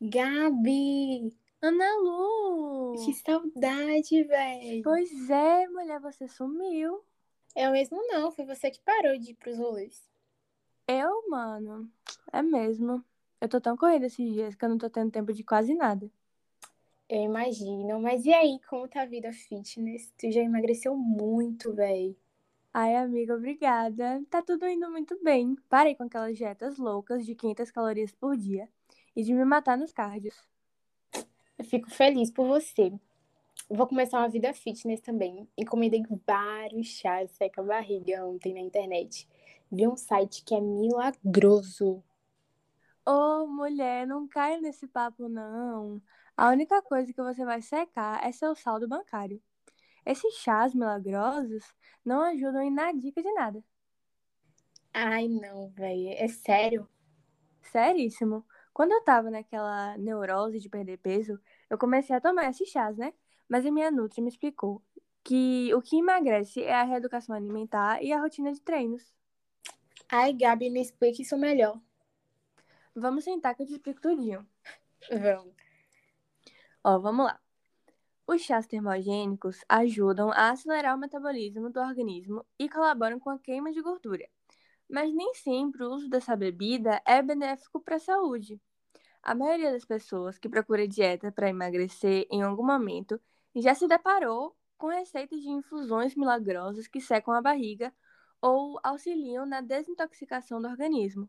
Gabi, Ana que Lu! saudade, velho. Pois é, mulher, você sumiu. É o mesmo não, foi você que parou de ir pros rolês. Mano, é mesmo. Eu tô tão corrida esses dias que eu não tô tendo tempo de quase nada. Eu imagino, mas e aí, como tá a vida fitness? Tu já emagreceu muito, velho. Ai, amiga, obrigada. Tá tudo indo muito bem. Parei com aquelas dietas loucas de 500 calorias por dia e de me matar nos cardios. Eu fico feliz por você. Vou começar uma vida fitness também. Encomendei vários chás seca a barriga ontem na internet. Vi um site que é milagroso. Ô, mulher, não caia nesse papo, não. A única coisa que você vai secar é seu saldo bancário. Esses chás milagrosos não ajudam em nada dica de nada. Ai, não, velho. É sério? Seríssimo. Quando eu tava naquela neurose de perder peso, eu comecei a tomar esses chás, né? Mas a minha nutri me explicou que o que emagrece é a reeducação alimentar e a rotina de treinos. Ai, Gabi, me explique isso melhor. Vamos sentar que eu te explico tudinho. Vamos. Ó, vamos lá. Os chás termogênicos ajudam a acelerar o metabolismo do organismo e colaboram com a queima de gordura. Mas nem sempre o uso dessa bebida é benéfico para a saúde. A maioria das pessoas que procura dieta para emagrecer em algum momento já se deparou com receitas de infusões milagrosas que secam a barriga ou auxiliam na desintoxicação do organismo.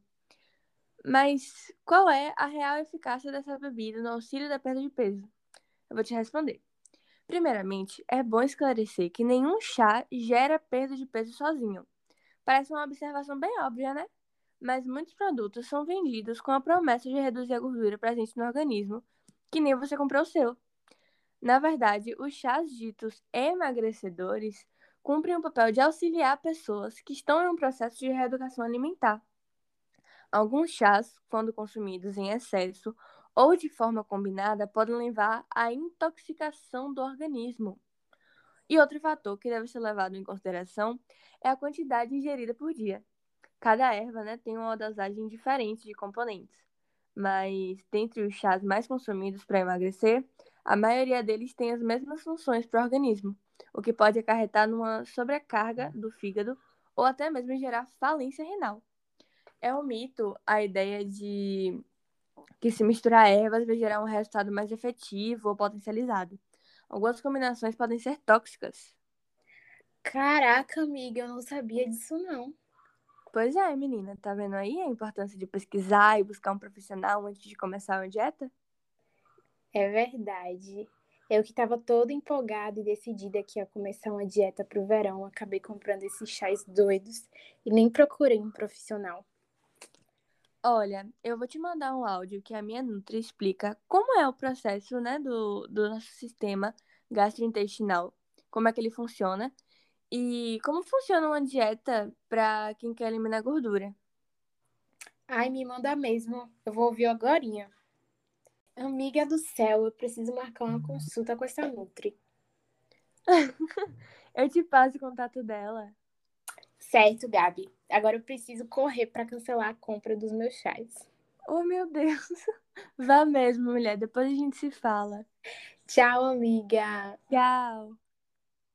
Mas qual é a real eficácia dessa bebida no auxílio da perda de peso? Eu vou te responder. Primeiramente, é bom esclarecer que nenhum chá gera perda de peso sozinho. Parece uma observação bem óbvia, né? Mas muitos produtos são vendidos com a promessa de reduzir a gordura presente no organismo, que nem você comprou o seu. Na verdade, os chás ditos emagrecedores cumprem o papel de auxiliar pessoas que estão em um processo de reeducação alimentar. Alguns chás, quando consumidos em excesso ou de forma combinada, podem levar à intoxicação do organismo. E outro fator que deve ser levado em consideração é a quantidade ingerida por dia. Cada erva, né, tem uma dosagem diferente de componentes, mas dentre os chás mais consumidos para emagrecer, a maioria deles tem as mesmas funções para o organismo, o que pode acarretar numa sobrecarga do fígado ou até mesmo gerar falência renal. É um mito a ideia de que se misturar ervas vai gerar um resultado mais efetivo ou potencializado. Algumas combinações podem ser tóxicas. Caraca, amiga, eu não sabia disso não. Pois é, menina, tá vendo aí a importância de pesquisar e buscar um profissional antes de começar uma dieta? É verdade. Eu que estava toda empolgada e decidida que ia começar uma dieta pro verão, acabei comprando esses chás doidos e nem procurei um profissional. Olha, eu vou te mandar um áudio que a minha Nutri explica como é o processo, né, do nosso sistema gastrointestinal, como é que ele funciona e como funciona uma dieta para quem quer eliminar gordura. Ai, me manda mesmo. Eu vou ouvir agorinha. Amiga do céu, eu preciso marcar uma consulta com essa Nutri. Eu te passo o contato dela. Certo, Gabi. Agora eu preciso correr para cancelar a compra dos meus chás. Oh, meu Deus. Vá mesmo, mulher, depois a gente se fala. Tchau, amiga. Tchau.